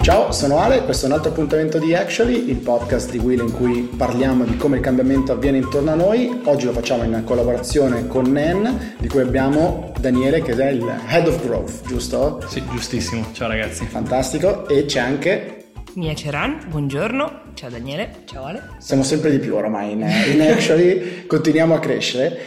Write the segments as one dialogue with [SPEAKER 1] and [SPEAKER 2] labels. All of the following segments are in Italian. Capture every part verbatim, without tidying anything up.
[SPEAKER 1] Ciao, sono Ale, questo è un altro appuntamento di Actually, il podcast di Will in cui parliamo di come il cambiamento avviene intorno a noi. Oggi lo facciamo in collaborazione con Nen, di cui abbiamo Daniele che è il Head of Growth, giusto?
[SPEAKER 2] Sì, giustissimo. Ciao ragazzi.
[SPEAKER 1] Fantastico. E c'è anche
[SPEAKER 3] Mia Ceran, buongiorno. Ciao Daniele, ciao Ale.
[SPEAKER 1] Siamo sempre di più ormai in, in Actually, continuiamo a crescere.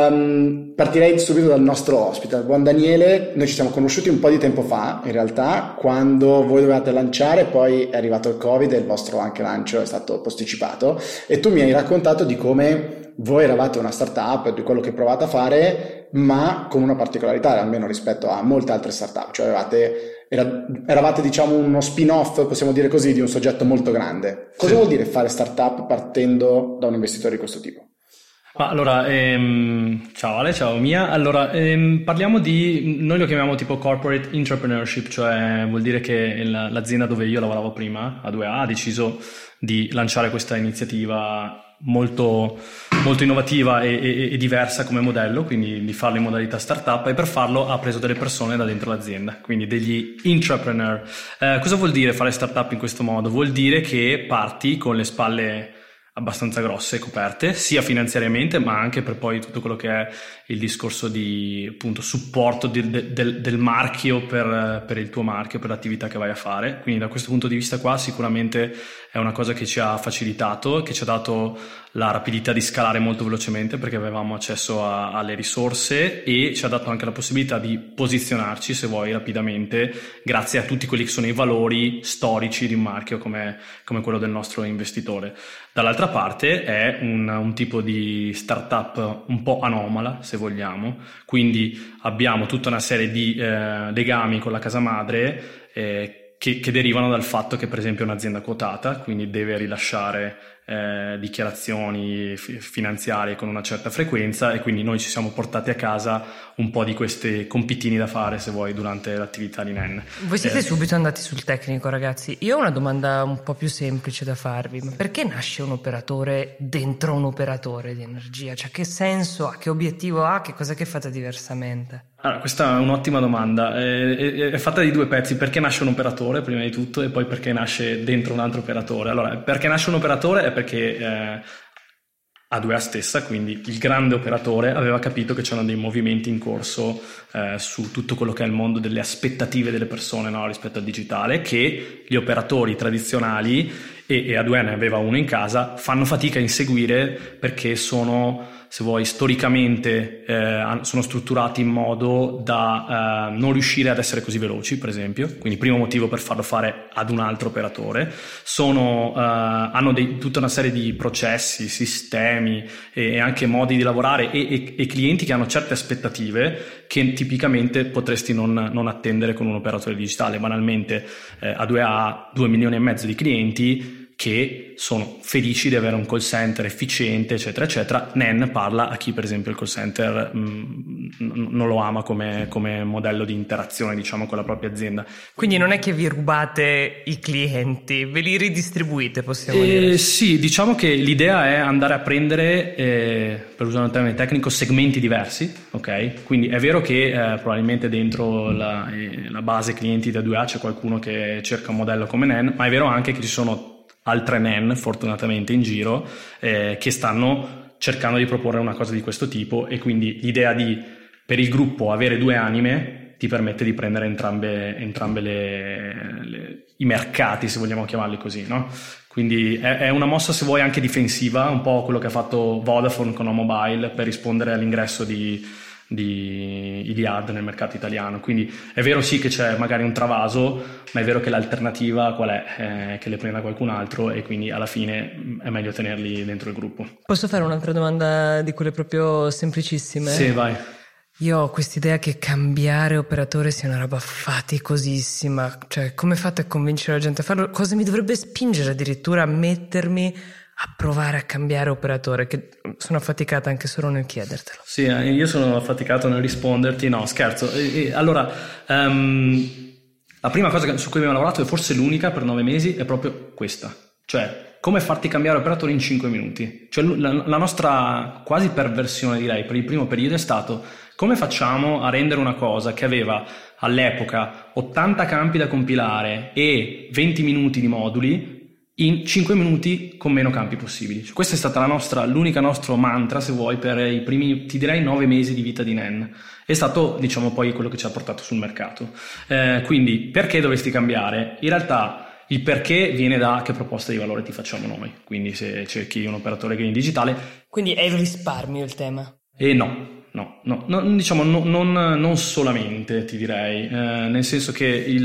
[SPEAKER 1] Um, partirei subito dal nostro ospite, il buon Daniele. Noi ci siamo conosciuti un po' di tempo fa, in realtà, quando voi dovevate lanciare, poi è arrivato il Covid e il vostro anche lancio è stato posticipato, e tu mi hai raccontato di come voi eravate una startup, di quello che provate a fare, ma con una particolarità, almeno rispetto a molte altre startup, cioè avevate, era, eravate diciamo uno spin-off, possiamo dire così, di un soggetto molto grande. Cosa
[SPEAKER 2] sì.
[SPEAKER 1] vuol dire fare startup partendo da un investitore di questo tipo?
[SPEAKER 2] Ma allora, ehm, ciao Ale, ciao Mia. Allora, ehm, parliamo di, noi lo chiamiamo tipo corporate entrepreneurship, cioè vuol dire che la, l'azienda dove io lavoravo prima, A due A, ha deciso di lanciare questa iniziativa molto, molto innovativa e, e, e diversa come modello, quindi di farlo in modalità startup, e per farlo ha preso delle persone da dentro l'azienda, quindi degli intrapreneur. Eh, cosa vuol dire fare startup in questo modo? Vuol dire che parti con le spalle abbastanza grosse, coperte, sia finanziariamente ma anche per poi tutto quello che è il discorso di appunto supporto di, de, del, del marchio per, per il tuo marchio, per l'attività che vai a fare. Quindi da questo punto di vista qua sicuramente è una cosa che ci ha facilitato, che ci ha dato la rapidità di scalare molto velocemente perché avevamo accesso a, alle risorse, e ci ha dato anche la possibilità di posizionarci, se vuoi, rapidamente grazie a tutti quelli che sono i valori storici di un marchio come, come quello del nostro investitore. Dall'altra parte è un, un tipo di startup un po' anomala, se vogliamo, quindi abbiamo tutta una serie di eh, legami con la casa madre eh, che, che derivano dal fatto che per esempio è un'azienda quotata, quindi deve rilasciare eh, dichiarazioni f- finanziarie con una certa frequenza, e quindi noi ci siamo portati a casa un po' di questi compitini da fare, se vuoi, durante l'attività di Nen.
[SPEAKER 3] Voi siete
[SPEAKER 2] eh,
[SPEAKER 3] subito andati sul tecnico, ragazzi. Io ho una domanda un po' più semplice da farvi: ma perché nasce un operatore dentro un operatore di energia? Cioè, che senso ha, che obiettivo ha, che cosa che fate diversamente?
[SPEAKER 2] Allora, questa è un'ottima domanda, è, è, è fatta di due pezzi: perché nasce un operatore prima di tutto, e poi perché nasce dentro un altro operatore. Allora, perché nasce un operatore è perché eh, A due A stessa, quindi il grande operatore, aveva capito che c'erano dei movimenti in corso eh, su tutto quello che è il mondo delle aspettative delle persone, no, rispetto al digitale, che gli operatori tradizionali, e, e A due A ne aveva uno in casa, fanno fatica a inseguire perché sono, se vuoi, storicamente eh, sono strutturati in modo da eh, non riuscire ad essere così veloci, per esempio. Quindi primo motivo per farlo fare ad un altro operatore. Sono, eh, hanno dei, tutta una serie di processi, sistemi e, e anche modi di lavorare e, e, e clienti che hanno certe aspettative che tipicamente potresti non, non attendere con un operatore digitale. Banalmente eh, A due A ha due milioni e mezzo di clienti che sono felici di avere un call center efficiente, eccetera eccetera. Nen parla a chi per esempio il call center mh, non lo ama come, come modello di interazione, diciamo, con la propria azienda.
[SPEAKER 3] Quindi non è che vi rubate i clienti, ve li ridistribuite, possiamo
[SPEAKER 2] eh,
[SPEAKER 3] dire?
[SPEAKER 2] Sì, diciamo che l'idea è andare a prendere, eh, per usare un termine tecnico, segmenti diversi, ok? Quindi è vero che eh, probabilmente dentro la, eh, la base clienti di A due A c'è qualcuno che cerca un modello come Nen, ma è vero anche che ci sono altre Nen, fortunatamente, in giro eh, che stanno cercando di proporre una cosa di questo tipo, e quindi l'idea di, per il gruppo, avere due anime ti permette di prendere entrambe, entrambe le, le, i mercati, se vogliamo chiamarli così, no? Quindi è, è una mossa, se vuoi, anche difensiva, un po' quello che ha fatto Vodafone con Mobile per rispondere all'ingresso di di Iliad nel mercato italiano. Quindi è vero sì che c'è magari un travaso, ma è vero che l'alternativa qual è? Eh, che le prenda qualcun altro, e quindi alla fine è meglio tenerli dentro il gruppo.
[SPEAKER 3] Posso fare un'altra domanda di quelle proprio semplicissime?
[SPEAKER 2] Sì, vai.
[SPEAKER 3] Io ho quest'idea che cambiare operatore sia una roba faticosissima. Cioè, come fate a convincere la gente a farlo? Cosa mi dovrebbe spingere addirittura a mettermi a provare a cambiare operatore? Che sono affaticata anche solo nel chiedertelo.
[SPEAKER 2] Sì, io sono affaticato nel risponderti. No, scherzo. E, e, allora, um, la prima cosa su cui abbiamo lavorato, e forse l'unica per nove mesi, è proprio questa. Cioè, come farti cambiare operatore in cinque minuti. Cioè, la, la nostra quasi perversione, direi, per il primo periodo è stato: come facciamo a rendere una cosa che aveva all'epoca ottanta campi da compilare e venti minuti di moduli in cinque minuti con meno campi possibili. Cioè, questa è stata la nostra, l'unica nostro mantra, se vuoi, per i primi, ti direi, nove mesi di vita di N E N. È stato, diciamo, poi quello che ci ha portato sul mercato. Eh, quindi, perché dovresti cambiare? In realtà il perché viene da che proposta di valore ti facciamo noi. Quindi se cerchi un operatore green digitale...
[SPEAKER 3] Quindi è il risparmio il tema?
[SPEAKER 2] E no. No, no, no, diciamo no, non, non solamente, ti direi, eh, nel senso che il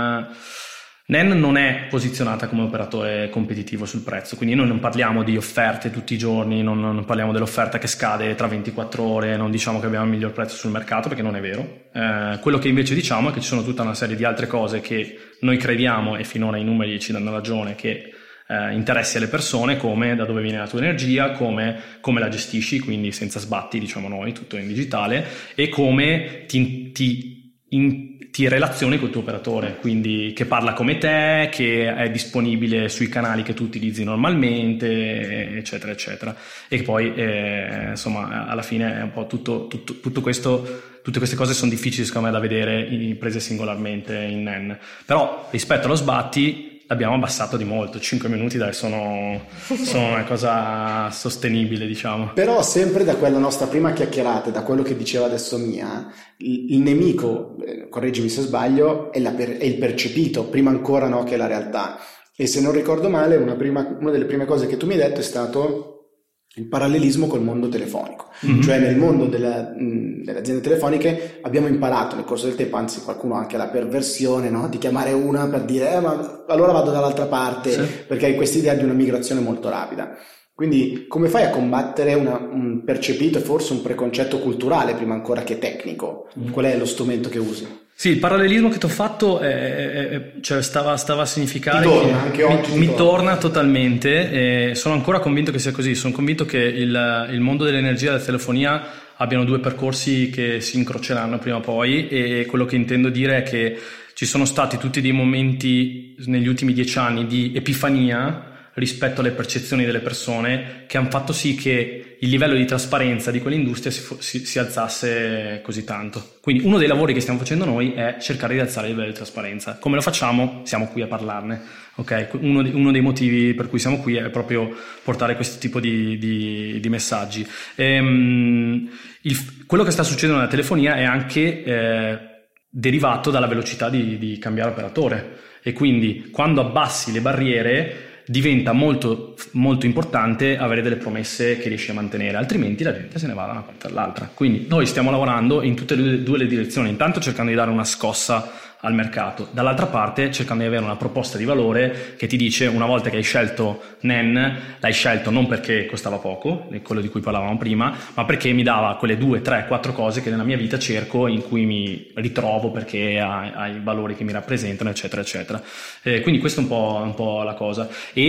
[SPEAKER 2] N E N non è posizionata come operatore competitivo sul prezzo, quindi noi non parliamo di offerte tutti i giorni, non, non parliamo dell'offerta che scade tra ventiquattro ore, non diciamo che abbiamo il miglior prezzo sul mercato, perché non è vero. Eh, quello che invece diciamo è che ci sono tutta una serie di altre cose che noi crediamo, e finora i numeri ci danno ragione, che Eh, interessi alle persone, come da dove viene la tua energia, come, come la gestisci, quindi senza sbatti, diciamo noi, tutto in digitale, e come ti, ti, in, ti relazioni col tuo operatore, quindi che parla come te, che è disponibile sui canali che tu utilizzi normalmente, eccetera eccetera, e poi eh, insomma alla fine è un po' tutto, tutto, tutto questo. Tutte queste cose sono difficili secondo me da vedere prese singolarmente in N E N, però rispetto allo sbatti l'abbiamo abbassato di molto. Cinque minuti dai, sono, sono una cosa sostenibile, diciamo.
[SPEAKER 1] Però sempre da quella nostra prima chiacchierata, da quello che diceva adesso Mia, il, il nemico, eh, correggimi se sbaglio, è, la per, è il percepito, prima ancora no, che la realtà. E se non ricordo male, una, prima, una delle prime cose che tu mi hai detto è stato il parallelismo col mondo telefonico. Mm-hmm. Cioè nel mondo della, mh, delle aziende telefoniche abbiamo imparato nel corso del tempo, anzi qualcuno anche la perversione, no? Di chiamare una per dire eh, ma allora vado dall'altra parte, sì. Perché hai quest'idea di una migrazione molto rapida. Quindi come fai a combattere una, un percepito e forse un preconcetto culturale prima ancora che tecnico? Mm. Qual è lo strumento che usi?
[SPEAKER 2] Sì, il parallelismo che ti ho fatto è, è, cioè stava, stava a significare
[SPEAKER 1] torna,
[SPEAKER 2] che
[SPEAKER 1] anche oggi
[SPEAKER 2] mi, mi torna. torna totalmente, e sono ancora convinto che sia così. Sono convinto che il, il mondo dell'energia e della telefonia abbiano due percorsi che si incroceranno prima o poi, e quello che intendo dire è che ci sono stati tutti dei momenti negli ultimi dieci anni di epifania rispetto alle percezioni delle persone, che hanno fatto sì che il livello di trasparenza di quell'industria si, si, si alzasse così tanto. Quindi uno dei lavori che stiamo facendo noi è cercare di alzare il livello di trasparenza. Come lo facciamo? Siamo qui a parlarne. Okay? Uno, di, uno dei motivi per cui siamo qui è proprio portare questo tipo di, di, di messaggi. Ehm, il, quello che sta succedendo nella telefonia è anche eh, derivato dalla velocità di, di cambiare operatore, e quindi quando abbassi le barriere diventa molto, molto importante avere delle promesse che riesci a mantenere, altrimenti la gente se ne va da una parte all'altra. Quindi noi stiamo lavorando in tutte e due le direzioni, intanto cercando di dare una scossa al mercato, dall'altra parte cercando di avere una proposta di valore che ti dice: una volta che hai scelto N E N, l'hai scelto non perché costava poco, quello di cui parlavamo prima, ma perché mi dava quelle due, tre, quattro cose che nella mia vita cerco, in cui mi ritrovo perché ha, ha i valori che mi rappresentano, eccetera eccetera. Eh, quindi questa è un po', un po' la cosa.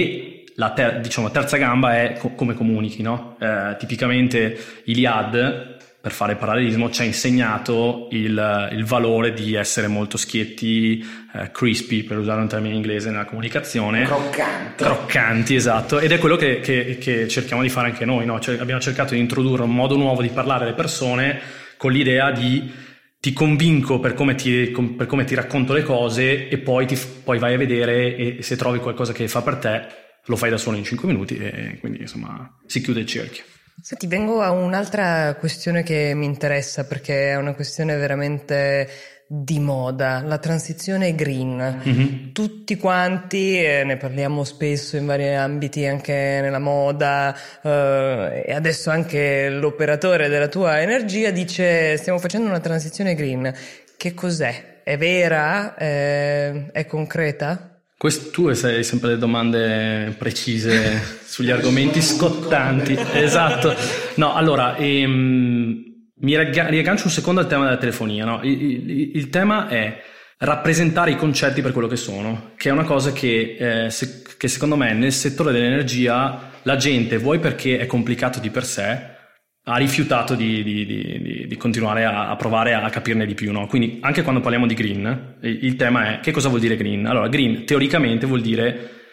[SPEAKER 2] E la ter- diciamo terza gamba è co- come comunichi, no? Eh, tipicamente Iliad, per fare parallelismo, ci ha insegnato il, il valore di essere molto schietti, eh, crispy, per usare un termine inglese nella comunicazione.
[SPEAKER 1] Croccanti.
[SPEAKER 2] Croccanti, esatto. Ed è quello che, che, che cerchiamo di fare anche noi, no? Cioè, abbiamo cercato di introdurre un modo nuovo di parlare alle persone, con l'idea di ti convinco per come ti, per come ti racconto le cose, e poi, ti, poi vai a vedere, e se trovi qualcosa che fa per te, lo fai da solo in cinque minuti, e quindi insomma si chiude il cerchio.
[SPEAKER 3] Senti, vengo a un'altra questione che mi interessa, perché è una questione veramente di moda, la transizione green. Mm-hmm. Tutti quanti, eh, ne parliamo spesso in vari ambiti, anche nella moda, eh, e adesso anche l'operatore della tua energia dice: stiamo facendo una transizione green. Che cos'è? È vera? Eh, è concreta?
[SPEAKER 2] Questo, tu sei sempre le domande precise sugli argomenti scottanti. Esatto. No, allora, ehm, mi riaggancio un secondo al tema della telefonia, no? Il, il, il tema è rappresentare i concetti per quello che sono, che è una cosa che, eh, se, che secondo me nel settore dell'energia la gente, vuoi perché è complicato di per sé, ha rifiutato di, di, di, di continuare a, a provare a capirne di più, no? Quindi anche quando parliamo di green, il, il tema è: che cosa vuol dire green? Allora, green teoricamente vuol dire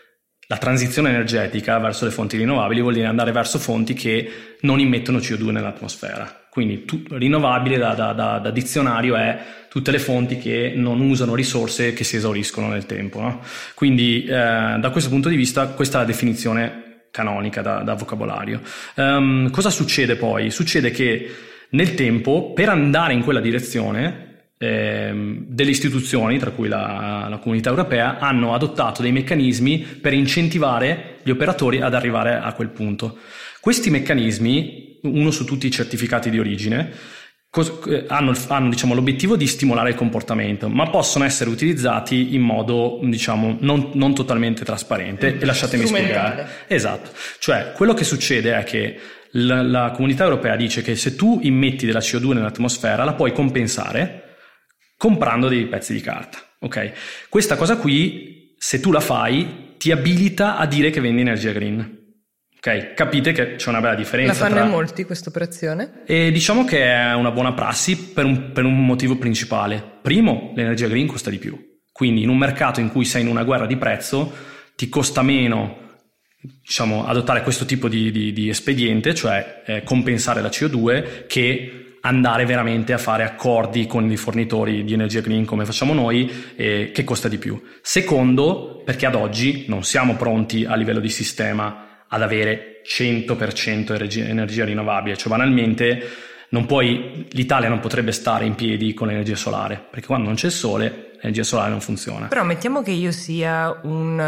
[SPEAKER 2] la transizione energetica verso le fonti rinnovabili vuol dire andare verso fonti che non immettono C O due nell'atmosfera. Quindi tu, rinnovabile da, da, da, da dizionario è tutte le fonti che non usano risorse che si esauriscono nel tempo, no? Quindi eh, da questo punto di vista questa è la definizione canonica da, da vocabolario. Um, cosa succede poi? Succede che nel tempo, per andare in quella direzione, eh, delle istituzioni, tra cui la, la Comunità Europea, hanno adottato dei meccanismi per incentivare gli operatori ad arrivare a quel punto. Questi meccanismi, uno su tutti i certificati di origine, cos- hanno, hanno diciamo, l'obiettivo di stimolare il comportamento, ma possono essere utilizzati in modo diciamo non, non totalmente trasparente. E lasciatemi spiegare. Esatto. Cioè, quello che succede è che la, la Comunità Europea dice che se tu immetti della C O due nell'atmosfera la puoi compensare comprando dei pezzi di carta, ok? Questa cosa qui, se tu la fai, ti abilita a dire che vendi energia green. Ok, capite che c'è una bella differenza.
[SPEAKER 3] La fanno
[SPEAKER 2] tra...
[SPEAKER 3] in molti questa operazione?
[SPEAKER 2] E diciamo che è una buona prassi per un, per un motivo principale. Primo, l'energia green costa di più. Quindi in un mercato in cui sei in una guerra di prezzo, ti costa meno, diciamo, adottare questo tipo di, di, di espediente, cioè eh, compensare la C O due, che andare veramente a fare accordi con i fornitori di energia green come facciamo noi, eh, che costa di più. Secondo, perché ad oggi non siamo pronti a livello di sistema ad avere cento per cento energia rinnovabile, cioè banalmente non puoi, l'Italia non potrebbe stare in piedi con l'energia solare, perché quando non c'è il sole l'energia solare non funziona.
[SPEAKER 3] Però mettiamo che io sia un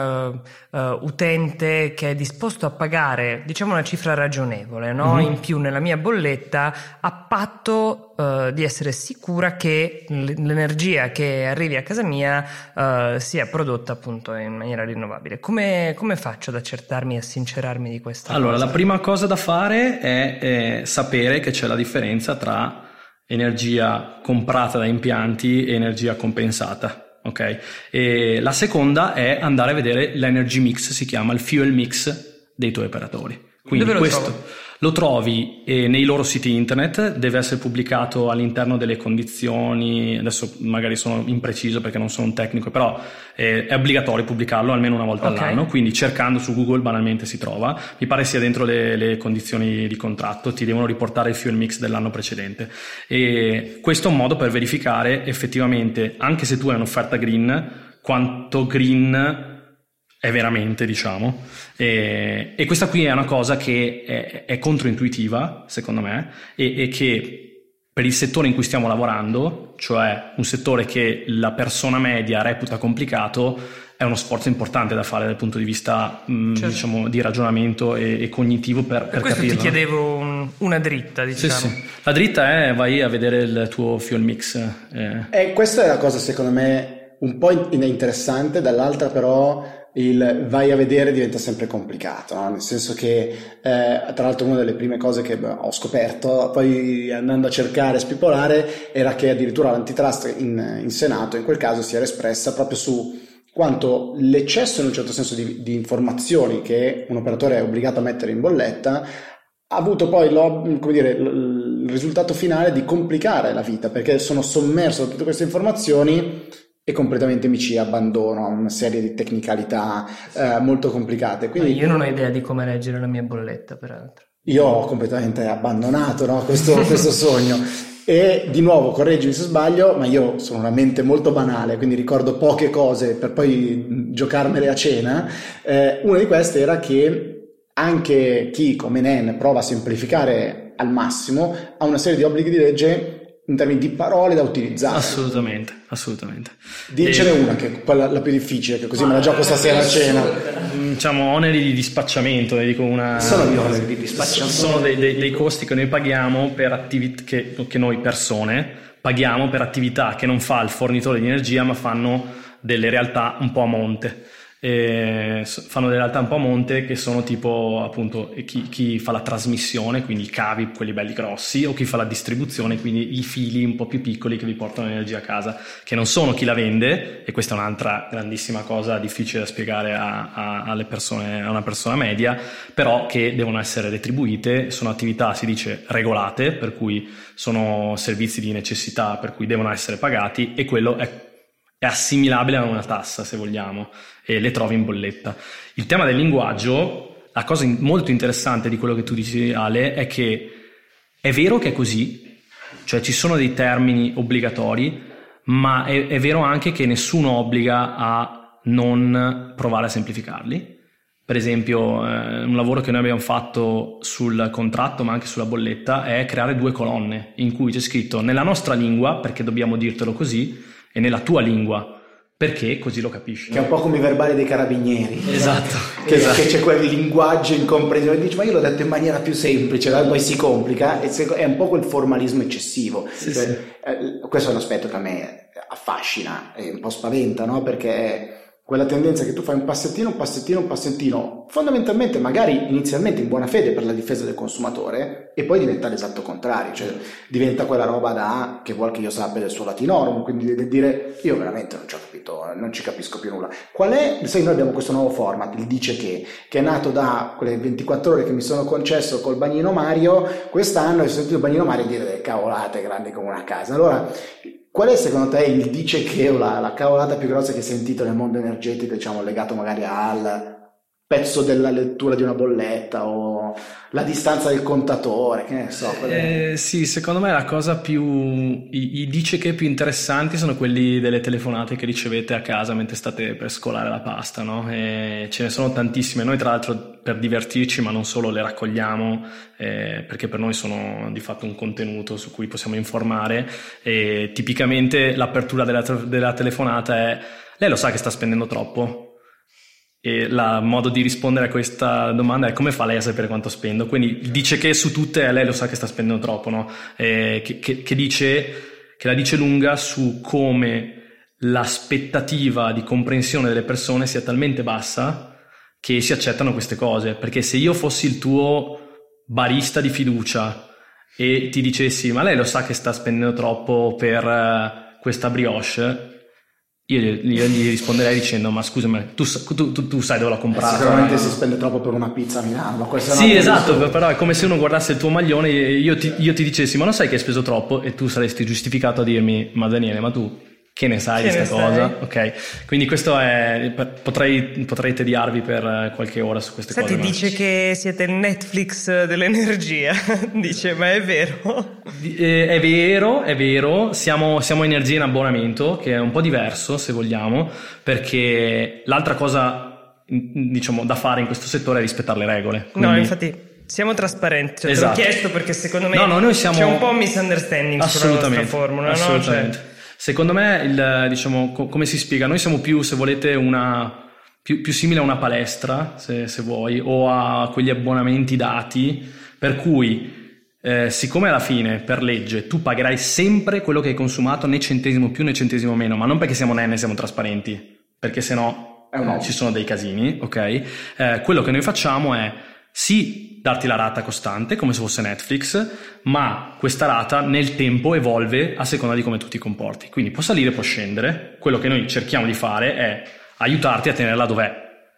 [SPEAKER 3] uh, uh, utente che è disposto a pagare, diciamo, una cifra ragionevole, no? Mm-hmm. In più nella mia bolletta, a patto uh, di essere sicura che l'energia che arrivi a casa mia uh, sia prodotta appunto in maniera rinnovabile. Come, come faccio ad accertarmi e a sincerarmi di questa
[SPEAKER 2] allora,
[SPEAKER 3] cosa?
[SPEAKER 2] Allora, la prima cosa da fare è, è sapere che c'è la differenza tra energia comprata da impianti e energia compensata, ok? E la seconda è andare a vedere l'energy mix, si chiama il fuel mix dei tuoi operatori. Quindi
[SPEAKER 3] dove lo
[SPEAKER 2] questo
[SPEAKER 3] trovo?
[SPEAKER 2] Lo trovi eh, nei loro siti internet, deve essere pubblicato all'interno delle condizioni, adesso magari sono impreciso perché non sono un tecnico, però eh, è obbligatorio pubblicarlo almeno una volta
[SPEAKER 3] okay.
[SPEAKER 2] all'anno, quindi cercando su Google banalmente si trova, mi pare sia dentro le, le condizioni di contratto, ti devono riportare il fuel mix dell'anno precedente, e questo è un modo per verificare effettivamente, anche se tu hai un'offerta green, quanto green è veramente, diciamo, e, e questa qui è una cosa che è, è controintuitiva secondo me, e, e che per il settore in cui stiamo lavorando, cioè un settore che la persona media reputa complicato, è uno sforzo importante da fare dal punto di vista mh, certo. diciamo di ragionamento e, e cognitivo per, per, per
[SPEAKER 3] questo
[SPEAKER 2] capirlo.
[SPEAKER 3] Ti chiedevo un, una dritta, diciamo.
[SPEAKER 2] Sì, sì. La dritta è vai a vedere il tuo fuel mix. Eh.
[SPEAKER 1] E questa è la cosa secondo me un po' interessante, dall'altra però il vai a vedere diventa sempre complicato, no? Nel senso che eh, tra l'altro una delle prime cose che ho scoperto poi andando a cercare e spipolare era che addirittura l'antitrust in, in Senato in quel caso si era espressa proprio su quanto l'eccesso in un certo senso di, di informazioni che un operatore è obbligato a mettere in bolletta ha avuto poi lo, come dire, il risultato finale di complicare la vita, perché sono sommerso da tutte queste informazioni e completamente mi ci abbandono a una serie di tecnicalità eh, molto complicate. Quindi
[SPEAKER 3] io non ho idea di come leggere la mia bolletta, peraltro.
[SPEAKER 1] Io ho completamente abbandonato, no, questo, questo sogno. E di nuovo, correggimi se sbaglio, ma io sono una mente molto banale, quindi ricordo poche cose per poi giocarmele a cena. Eh, una di queste era che anche chi come N E N prova a semplificare al massimo ha una serie di obblighi di legge in termini di parole da utilizzare.
[SPEAKER 2] Assolutamente, assolutamente.
[SPEAKER 1] Dicene
[SPEAKER 2] e...
[SPEAKER 1] una che è quella la più difficile, che così ah, me la gioco stasera a cena.
[SPEAKER 2] Diciamo oneri di dispacciamento, ne dico una.
[SPEAKER 1] Sono gli oneri di dispacciamento.
[SPEAKER 2] Sono dei, dei, dei costi che noi paghiamo per attività che, che noi persone paghiamo per attività che non fa il fornitore di energia, ma fanno delle realtà un po' a monte. E fanno delle realtà un po' a monte che sono tipo appunto chi, chi fa la trasmissione, quindi i cavi, quelli belli grossi, o chi fa la distribuzione, quindi i fili un po' più piccoli che vi portano l'energia a casa, che non sono chi la vende, e questa è un'altra grandissima cosa difficile da spiegare a, a, alle persone, a una persona media, però che devono essere retribuite, sono attività, si dice, regolate, per cui sono servizi di necessità per cui devono essere pagati, e quello è è è assimilabile a una tassa, se vogliamo, e le trovi in bolletta. Il tema del linguaggio, la cosa molto interessante di quello che tu dici, Ale, è che è vero che è così, cioè ci sono dei termini obbligatori, ma è, è vero anche che nessuno obbliga a non provare a semplificarli. Per esempio, eh, un lavoro che noi abbiamo fatto sul contratto, ma anche sulla bolletta, è creare due colonne in cui c'è scritto nella nostra lingua, perché dobbiamo dirtelo così, e nella tua lingua, perché così lo capisci.
[SPEAKER 1] Che è un po' come i verbali dei carabinieri.
[SPEAKER 2] Esatto.
[SPEAKER 1] Che,
[SPEAKER 2] esatto.
[SPEAKER 1] che c'è quel linguaggio incomprensibile, dici ma io l'ho detto in maniera più semplice, poi si complica, e è un po' quel formalismo eccessivo.
[SPEAKER 2] Sì,
[SPEAKER 1] cioè,
[SPEAKER 2] sì.
[SPEAKER 1] eh, questo è un aspetto che a me affascina e un po' spaventa, no? Perché quella tendenza che tu fai un passettino, un passettino, un passettino, fondamentalmente magari inizialmente in buona fede per la difesa del consumatore, e poi diventa l'esatto contrario, cioè diventa quella roba da che vuol che io sappia del suo latinorum, quindi deve dire io veramente non ci ho capito, non ci capisco più nulla. Qual è? Sai, noi abbiamo questo nuovo format, il dice che, che è nato da quelle ventiquattro ore che mi sono concesso col bagnino Mario quest'anno, e ho sentito il bagnino Mario dire delle cavolate grandi come una casa. Allora, qual è secondo te il dice che o la, la cavolata più grossa che hai sentito nel mondo energetico, diciamo, legato magari al pezzo della lettura di una bolletta o la distanza del contatore, che ne so?
[SPEAKER 2] Eh, sì, secondo me la cosa più, i, i dice che più interessanti sono quelli delle telefonate che ricevete a casa mentre state per scolare la pasta, no? E ce ne sono tantissime. Noi tra l'altro per divertirci, ma non solo, le raccogliamo eh, perché per noi sono di fatto un contenuto su cui possiamo informare, e tipicamente l'apertura della, della telefonata è: lei lo sa che sta spendendo troppo? E il modo di rispondere a questa domanda è: come fa lei a sapere quanto spendo? Quindi dice che su tutte lei lo sa che sta spendendo troppo, no? E che, che, che dice, che la dice lunga su come l'aspettativa di comprensione delle persone sia talmente bassa che si accettano queste cose. Perché se io fossi il tuo barista di fiducia e ti dicessi: ma lei lo sa che sta spendendo troppo per uh, questa brioche, io gli, gli risponderei dicendo: ma scusami, tu, tu, tu, tu sai dove l'ho comprata?
[SPEAKER 1] Eh, sicuramente si spende troppo per una pizza a Milano, ma questa
[SPEAKER 2] sì, esatto, è però è come se uno guardasse il tuo maglione e io ti, io ti dicessi: ma non sai che hai speso troppo? E tu saresti giustificato a dirmi: ma Daniele, ma tu che ne sai che di questa cosa? Ok, quindi questo è, potrei, potrei tediarvi per qualche ora su queste
[SPEAKER 3] Senti,
[SPEAKER 2] cose.
[SPEAKER 3] dice
[SPEAKER 2] ma...
[SPEAKER 3] che siete il Netflix dell'energia. Dice, ma è vero?
[SPEAKER 2] È vero, è vero, siamo, siamo Energia in abbonamento, che è un po' diverso se vogliamo, perché l'altra cosa, diciamo, da fare in questo settore è rispettare le regole. Quindi...
[SPEAKER 3] No, infatti siamo trasparenti, cioè,
[SPEAKER 2] esatto.
[SPEAKER 3] Te l'ho chiesto perché secondo me
[SPEAKER 2] no, no, noi siamo...
[SPEAKER 3] c'è un po' misunderstanding sulla nostra formula,
[SPEAKER 2] assolutamente.
[SPEAKER 3] No? Cioè...
[SPEAKER 2] Secondo me, il, diciamo, co- come si spiega, noi siamo più, se volete, una più, più simile a una palestra, se, se vuoi, o a quegli abbonamenti dati, per cui eh, siccome alla fine per legge tu pagherai sempre quello che hai consumato, né centesimo più né centesimo meno, ma non perché siamo nenne, siamo trasparenti, perché sennò eh, ci sono dei casini, ok? Eh, quello che noi facciamo è sì darti la rata costante come se fosse Netflix, ma questa rata nel tempo evolve a seconda di come tu ti comporti, quindi può salire, può scendere. Quello che noi cerchiamo di fare è aiutarti a tenerla dov'è,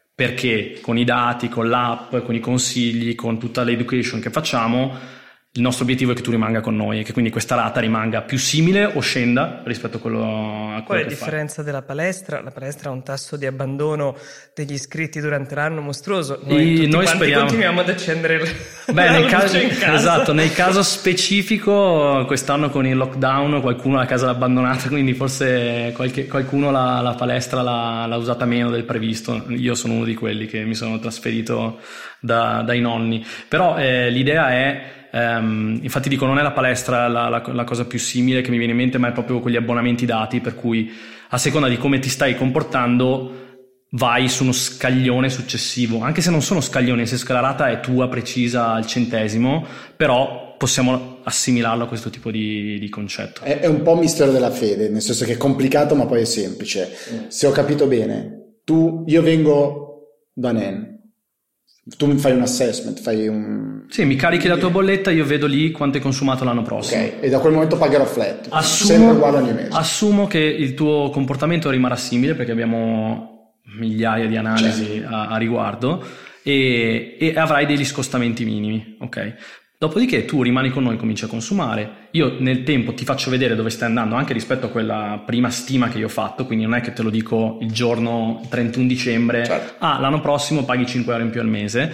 [SPEAKER 2] perché con i dati, con l'app, con i consigli, con tutta l'education che facciamo, il nostro obiettivo è che tu rimanga con noi e che quindi questa rata rimanga più simile o scenda rispetto a quello a quello
[SPEAKER 3] Qual è la
[SPEAKER 2] che
[SPEAKER 3] differenza
[SPEAKER 2] fai.
[SPEAKER 3] della palestra? La palestra ha un tasso di abbandono degli iscritti durante l'anno mostruoso. Noi,
[SPEAKER 2] E
[SPEAKER 3] tutti
[SPEAKER 2] noi
[SPEAKER 3] quanti
[SPEAKER 2] speriamo...
[SPEAKER 3] continuiamo ad accendere il...
[SPEAKER 2] Beh, nel caso,
[SPEAKER 3] in casa.
[SPEAKER 2] esatto, nel caso specifico quest'anno con il lockdown qualcuno la casa l'ha abbandonata, quindi forse qualche, qualcuno la, la palestra l'ha, l'ha usata meno del previsto. Io sono uno di quelli che mi sono trasferito da, dai nonni, però eh, l'idea è Um, infatti dico, non è la palestra la, la, la cosa più simile che mi viene in mente, ma è proprio quegli abbonamenti dati, per cui a seconda di come ti stai comportando vai su uno scaglione successivo, anche se non sono scaglioni, nel senso che la rata è tua, precisa al centesimo, però possiamo assimilarlo a questo tipo di, di concetto.
[SPEAKER 1] È, è un po' mistero della fede, nel senso che è complicato ma poi è semplice. Mm. Se ho capito bene, tu, io vengo da Nen, tu mi fai un assessment, fai un...
[SPEAKER 2] Sì, mi carichi la tua bolletta, io vedo lì quanto hai consumato l'anno prossimo.
[SPEAKER 1] Ok, e da quel momento pagherò flat,
[SPEAKER 2] assumo,
[SPEAKER 1] sempre uguale ogni mese.
[SPEAKER 2] Assumo che il tuo comportamento rimarrà simile, perché abbiamo migliaia di analisi
[SPEAKER 1] certo.
[SPEAKER 2] a, a riguardo, e, e avrai degli scostamenti minimi, ok? Dopodiché tu rimani con noi, cominci a consumare, io nel tempo ti faccio vedere dove stai andando anche rispetto a quella prima stima che io ho fatto, quindi non è che te lo dico il giorno trentuno dicembre, certo. ah l'anno prossimo paghi cinque euro in più al mese,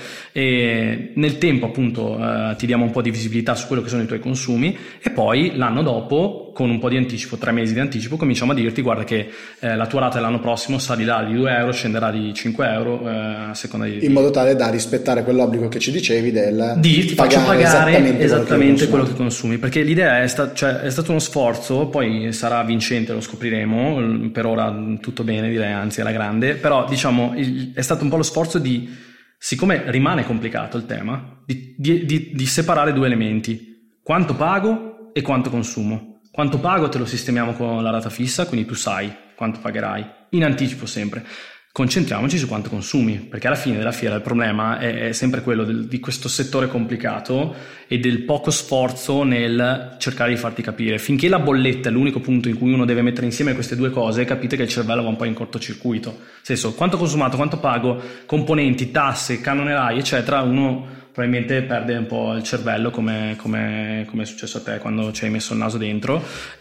[SPEAKER 2] e nel tempo appunto eh, ti diamo un po' di visibilità su quello che sono i tuoi consumi, e poi l'anno dopo con un po' di anticipo, tre mesi di anticipo, cominciamo a dirti guarda che eh, la tua rata dell'anno prossimo salirà di due euro, scenderà di cinque euro eh, a seconda di...
[SPEAKER 1] in modo tale da rispettare quell'obbligo che ci dicevi del
[SPEAKER 2] di ti faccio pagare esattamente, esattamente quello, che quello che consumi, perché l'idea è, sta, cioè, è stato uno sforzo, poi sarà vincente, lo scopriremo, per ora tutto bene direi, anzi alla grande, però diciamo il, è stato un po' lo sforzo di, siccome rimane complicato il tema, di, di, di, di separare due elementi: quanto pago e quanto consumo. Quanto pago te lo sistemiamo con la rata fissa, quindi tu sai quanto pagherai, in anticipo sempre. Concentriamoci su quanto consumi, perché alla fine della fiera il problema è, è sempre quello del, di questo settore complicato e del poco sforzo nel cercare di farti capire. Finché la bolletta è l'unico punto in cui uno deve mettere insieme queste due cose, capite che il cervello va un po' in cortocircuito. Nel senso, quanto ho consumato, quanto pago, componenti, tasse, canonerai, eccetera, uno probabilmente perde un po' il cervello, come, come, come è successo a te quando ci hai messo il naso dentro,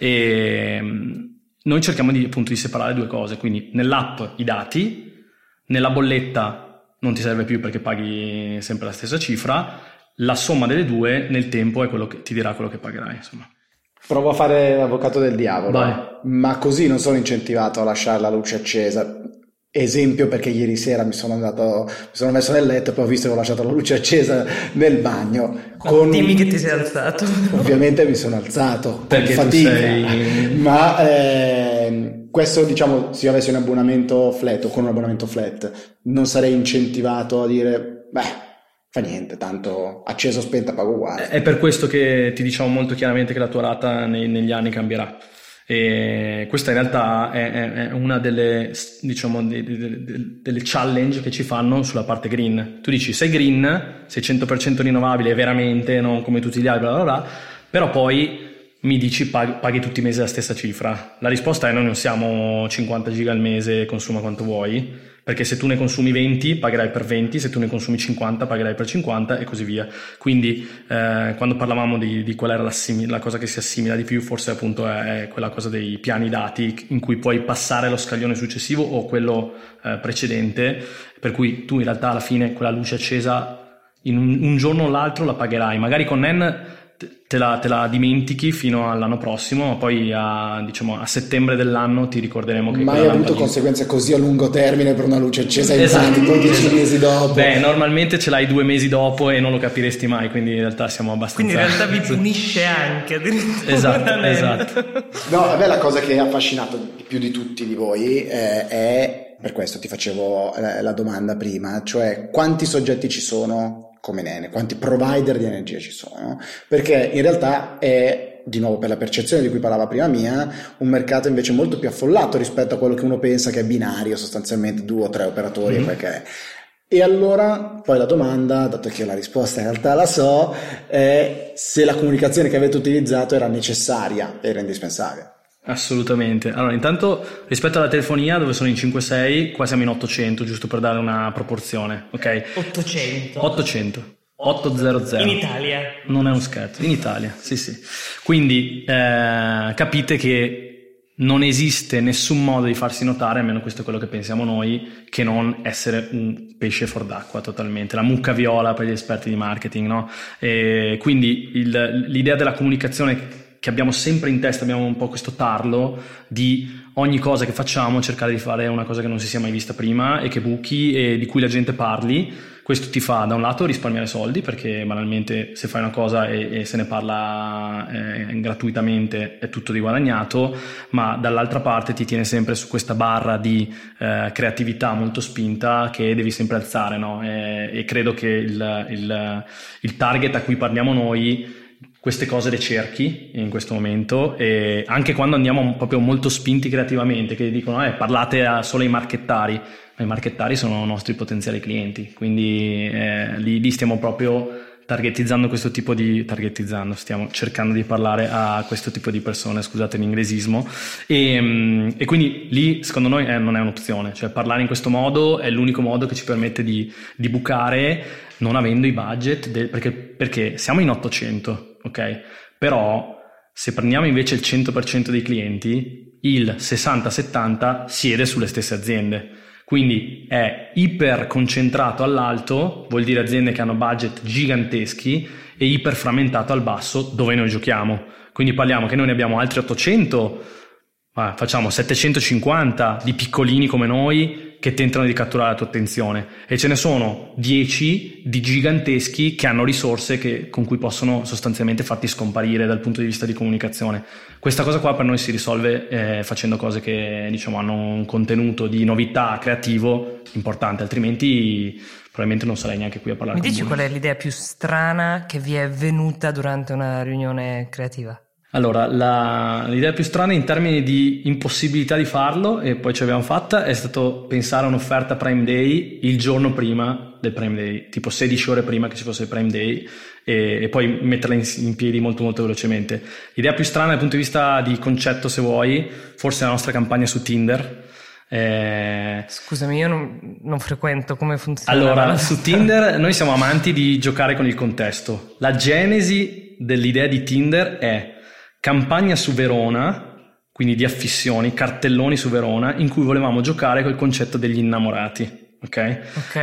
[SPEAKER 2] e noi cerchiamo di, appunto, di separare due cose, quindi nell'app i dati, nella bolletta non ti serve più perché paghi sempre la stessa cifra, la somma delle due nel tempo è quello che ti dirà quello che pagherai, insomma.
[SPEAKER 1] Provo a fare l'avvocato del diavolo.
[SPEAKER 2] Vai.
[SPEAKER 1] Ma così non sono incentivato a lasciare la luce accesa. Esempio, perché ieri sera mi sono andato, mi sono messo nel letto e poi ho visto che ho lasciato la luce accesa nel bagno. Con...
[SPEAKER 3] Dimmi che ti sei alzato.
[SPEAKER 1] Ovviamente mi sono alzato
[SPEAKER 2] perché
[SPEAKER 1] con fatica,
[SPEAKER 2] sei...
[SPEAKER 1] ma eh, questo, diciamo, se io avessi un abbonamento flat o con un abbonamento flat non sarei incentivato a dire beh, fa niente, tanto acceso spenta pago uguale.
[SPEAKER 2] È per questo che ti diciamo molto chiaramente che la tua rata nei, negli anni cambierà. E questa in realtà è, è una delle, diciamo, delle, delle challenge che ci fanno sulla parte green. Tu dici sei green, sei cento per cento rinnovabile veramente, non come tutti gli altri, bla bla bla, però poi mi dici paghi, paghi tutti i mesi la stessa cifra. La risposta è: noi non siamo cinquanta giga al mese, consuma quanto vuoi, perché se tu ne consumi venti pagherai per venti, se tu ne consumi cinquanta pagherai per cinquanta e così via. Quindi eh, quando parlavamo di, di qual era la, la cosa che si assimila di più, forse appunto è quella cosa dei piani dati in cui puoi passare lo scaglione successivo o quello eh, precedente, per cui tu in realtà alla fine quella luce accesa in un, un giorno o l'altro la pagherai, magari con N te la, te la dimentichi fino all'anno prossimo, poi a, diciamo, a settembre dell'anno ti ricorderemo che
[SPEAKER 1] mai avuto lampadina... conseguenze così a lungo termine per una luce accesa in
[SPEAKER 2] esatto,
[SPEAKER 1] dodici
[SPEAKER 2] esatto.
[SPEAKER 1] mesi dopo.
[SPEAKER 2] Beh, normalmente ce l'hai due mesi dopo e non lo capiresti mai, quindi in realtà siamo abbastanza...
[SPEAKER 3] Quindi in realtà vi punisce anche addirittura.
[SPEAKER 2] Esatto, esatto.
[SPEAKER 1] No, a me la cosa che ha affascinato di più di tutti di voi eh, è, per questo ti facevo la, la domanda prima, cioè quanti soggetti ci sono come Nene, quanti provider di energia ci sono, perché in realtà è, di nuovo per la percezione di cui parlava prima Mia, un mercato invece molto più affollato rispetto a quello che uno pensa che è binario, sostanzialmente due o tre operatori, mm-hmm. perché e allora poi la domanda, dato che la risposta in realtà la so, è se la comunicazione che avete utilizzato era necessaria, era indispensabile.
[SPEAKER 2] Assolutamente. Allora, intanto rispetto alla telefonia, dove sono in cinque sei, qua siamo in ottocento, giusto per dare una proporzione, ok?
[SPEAKER 3] ottocento.
[SPEAKER 2] ottocento. ottocento.
[SPEAKER 3] In Italia.
[SPEAKER 2] Non è uno scherzo, in Italia, sì sì. Quindi eh, capite che non esiste nessun modo di farsi notare, almeno questo è quello che pensiamo noi, che non essere un pesce fuor d'acqua totalmente, la mucca viola per gli esperti di marketing, no? E quindi il, l'idea della comunicazione che abbiamo sempre in testa, abbiamo un po' questo tarlo di ogni cosa che facciamo cercare di fare una cosa che non si sia mai vista prima e che buchi e di cui la gente parli. Questo ti fa da un lato risparmiare soldi, perché banalmente se fai una cosa e, e se ne parla eh, gratuitamente è tutto di guadagnato, ma dall'altra parte ti tiene sempre su questa barra di eh, creatività molto spinta che devi sempre alzare, no? E, e credo che il, il, il target a cui parliamo noi queste cose le cerchi in questo momento, e anche quando andiamo proprio molto spinti creativamente, che dicono eh, parlate a solo ai marchettari, ma i marchettari sono nostri potenziali clienti, quindi eh, lì, lì stiamo proprio targetizzando questo tipo di targetizzando stiamo cercando di parlare a questo tipo di persone, scusate l'inglesismo, e, e quindi lì secondo noi eh, non è un'opzione, cioè parlare in questo modo è l'unico modo che ci permette di, di bucare non avendo i budget de, perché, perché siamo in ottocento, ok? Però Se prendiamo invece il cento per cento dei clienti, il sessanta settanta siede sulle stesse aziende. Quindi è iper concentrato all'alto, vuol dire aziende che hanno budget giganteschi, e iper frammentato al basso, dove noi giochiamo. Quindi parliamo che noi ne abbiamo altri ottocento, ah, facciamo settecentocinquanta di piccolini come noi che tentano di catturare la tua attenzione, e ce ne sono dieci di giganteschi che hanno risorse che, con cui possono sostanzialmente farti scomparire dal punto di vista di comunicazione. Questa cosa qua per noi si risolve eh, facendo cose che, diciamo, hanno un contenuto di novità creativo importante, altrimenti probabilmente non sarei neanche qui a parlare.
[SPEAKER 3] Mi
[SPEAKER 2] con
[SPEAKER 3] dici
[SPEAKER 2] voi.
[SPEAKER 3] qual è l'idea più strana che vi è venuta durante una riunione creativa?
[SPEAKER 2] Allora, la, l'idea più strana in termini di impossibilità di farlo, e poi ci abbiamo fatta, è stato pensare a un'offerta Prime Day il giorno prima del Prime Day, tipo sedici ore prima che ci fosse il Prime Day, e, e poi metterla in, in piedi molto molto velocemente. L'idea più strana dal punto di vista di concetto, se vuoi, forse è la nostra campagna su Tinder. Eh...
[SPEAKER 3] Scusami, io non, non frequento, come funziona?
[SPEAKER 2] Allora, su Tinder noi siamo amanti di giocare con il contesto. La genesi dell'idea di Tinder è campagna su Verona, quindi di affissioni, cartelloni su Verona, in cui volevamo giocare col concetto degli innamorati, ok?
[SPEAKER 3] Ok.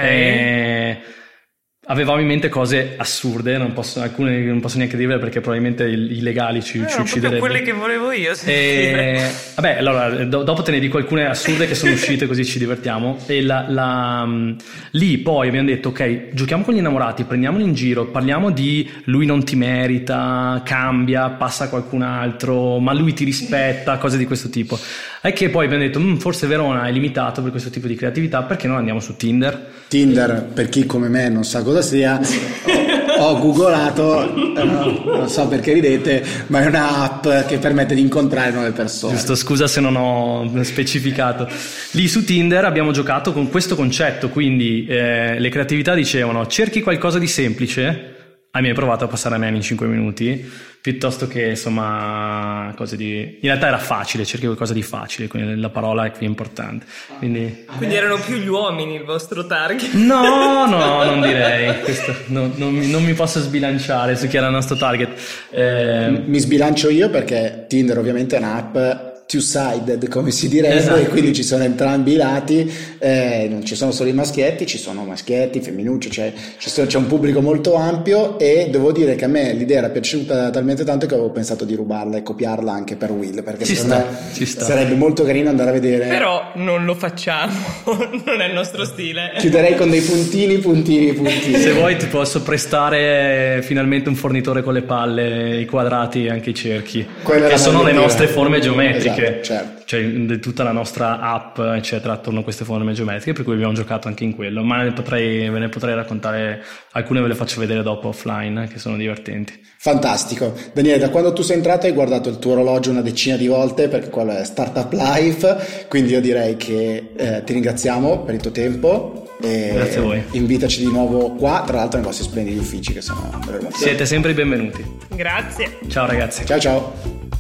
[SPEAKER 2] E avevamo in mente cose assurde, non posso, alcune non posso neanche dirle perché probabilmente i, i legali ci,
[SPEAKER 3] Eh,
[SPEAKER 2] ci
[SPEAKER 3] proprio
[SPEAKER 2] ucciderebbero.
[SPEAKER 3] quelle che volevo io sentire.
[SPEAKER 2] E, vabbè, allora do, dopo te ne dico alcune assurde che sono uscite, così ci divertiamo. E la, la, mh, lì poi abbiamo detto ok, giochiamo con gli innamorati, prendiamoli in giro, parliamo di lui non ti merita, cambia, passa a qualcun altro, ma lui ti rispetta, cose di questo tipo. È che poi abbiamo detto forse Verona è limitato per questo tipo di creatività, perché non andiamo su Tinder?
[SPEAKER 1] Tinder, per chi come me non sa cosa sia, ho, ho googolato, eh, non so perché ridete, ma è un'app che permette di incontrare nuove persone.
[SPEAKER 2] Giusto, scusa se non ho specificato. Lì su Tinder abbiamo giocato con questo concetto, quindi eh, le creatività dicevano cerchi qualcosa di semplice, hai mai provato a passare a me in cinque minuti, piuttosto che insomma cose di... in realtà era facile, cerchi qualcosa di facile, quindi la parola è qui importante. Quindi,
[SPEAKER 3] Quindi erano più gli uomini il vostro target?
[SPEAKER 2] no, no, non direi questo, no, non, mi, non mi posso sbilanciare su chi era il nostro target. Eh,
[SPEAKER 1] Mi sbilancio io perché Tinder ovviamente è un'app two-sided, come si direbbe,
[SPEAKER 2] esatto.
[SPEAKER 1] E quindi ci sono entrambi i lati, eh, non ci sono solo i maschietti, ci sono maschietti, femminucci, cioè ci sono, c'è un pubblico molto ampio, e devo dire che a me l'idea era piaciuta talmente tanto che avevo pensato di rubarla e copiarla anche per Will, perché
[SPEAKER 2] Ci
[SPEAKER 1] secondo
[SPEAKER 2] sta,
[SPEAKER 1] me
[SPEAKER 2] ci sta.
[SPEAKER 1] sarebbe molto carino andare a vedere.
[SPEAKER 3] Però non lo facciamo, non è il nostro stile.
[SPEAKER 1] Chiuderei con dei puntini, puntini, puntini.
[SPEAKER 2] Se vuoi ti posso prestare finalmente un fornitore con le palle, i quadrati e anche i cerchi,
[SPEAKER 1] Quella è
[SPEAKER 2] che
[SPEAKER 1] la
[SPEAKER 2] sono le
[SPEAKER 1] meglio
[SPEAKER 2] nostre
[SPEAKER 1] dire.
[SPEAKER 2] forme geometriche.
[SPEAKER 1] Esatto, certo.
[SPEAKER 2] Cioè di tutta la nostra app eccetera attorno a queste forme geometriche, per cui abbiamo giocato anche in quello, ma ne potrei, ve ne potrei raccontare alcune, ve le faccio vedere dopo offline, che sono divertenti.
[SPEAKER 1] Fantastico. Daniele, da quando tu sei entrato hai guardato il tuo orologio una decina di volte, perché quello è Startup Life, quindi io direi che eh, ti ringraziamo per il tuo tempo e
[SPEAKER 2] Grazie a voi.
[SPEAKER 1] invitaci di nuovo qua, tra l'altro nei vostri splendidi uffici che sono veramente...
[SPEAKER 2] Siete sempre i benvenuti.
[SPEAKER 3] Grazie.
[SPEAKER 2] Ciao ragazzi.
[SPEAKER 1] Ciao ciao.